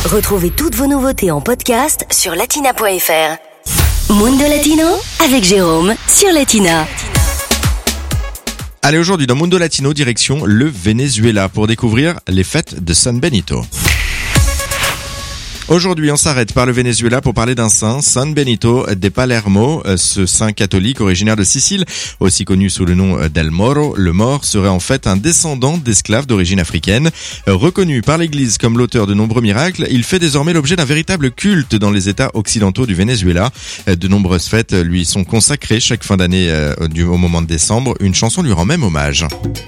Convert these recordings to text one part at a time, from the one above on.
Retrouvez toutes vos nouveautés en podcast sur latina.fr. Mundo Latino avec Jérôme sur Latina. Allez, aujourd'hui dans Mundo Latino, direction le Venezuela pour découvrir les fêtes de San Benito. Aujourd'hui, on s'arrête par le Venezuela pour parler d'un saint, San Benito de Palermo. Ce saint catholique originaire de Sicile, aussi connu sous le nom d'El Moro, le mort, serait en fait un descendant d'esclaves d'origine africaine. Reconnu par l'Église comme l'auteur de nombreux miracles, il fait désormais l'objet d'un véritable culte dans les États occidentaux du Venezuela. De nombreuses fêtes lui sont consacrées chaque fin d'année au moment de décembre. Une chanson lui rend même hommage.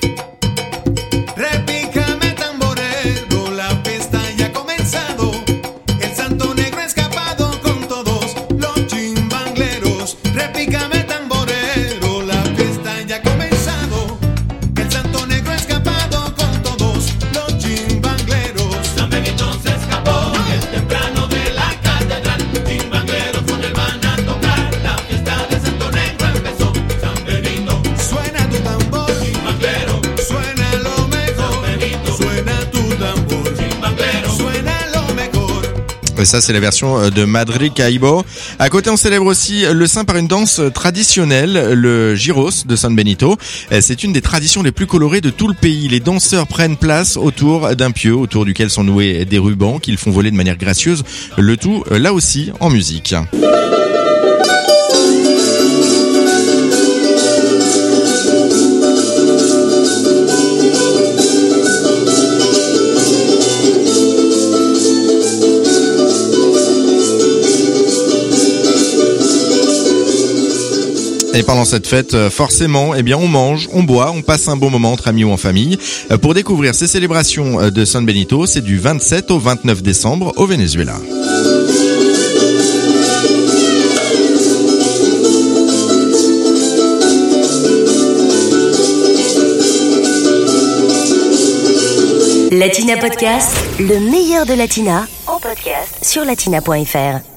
Ça, c'est la version de Madrid Caibo. À côté, on célèbre aussi le saint par une danse traditionnelle, le gyros de San Benito. C'est une des traditions les plus colorées de tout le pays. Les danseurs prennent place autour d'un pieu, autour duquel sont noués des rubans qu'ils font voler de manière gracieuse. Le tout, là aussi, en musique. Et pendant cette fête, forcément, on mange, on boit, on passe un bon moment entre amis ou en famille. Pour découvrir ces célébrations de San Benito, c'est du 27 au 29 décembre au Venezuela. Latina Podcast, le meilleur de Latina, en podcast sur latina.fr.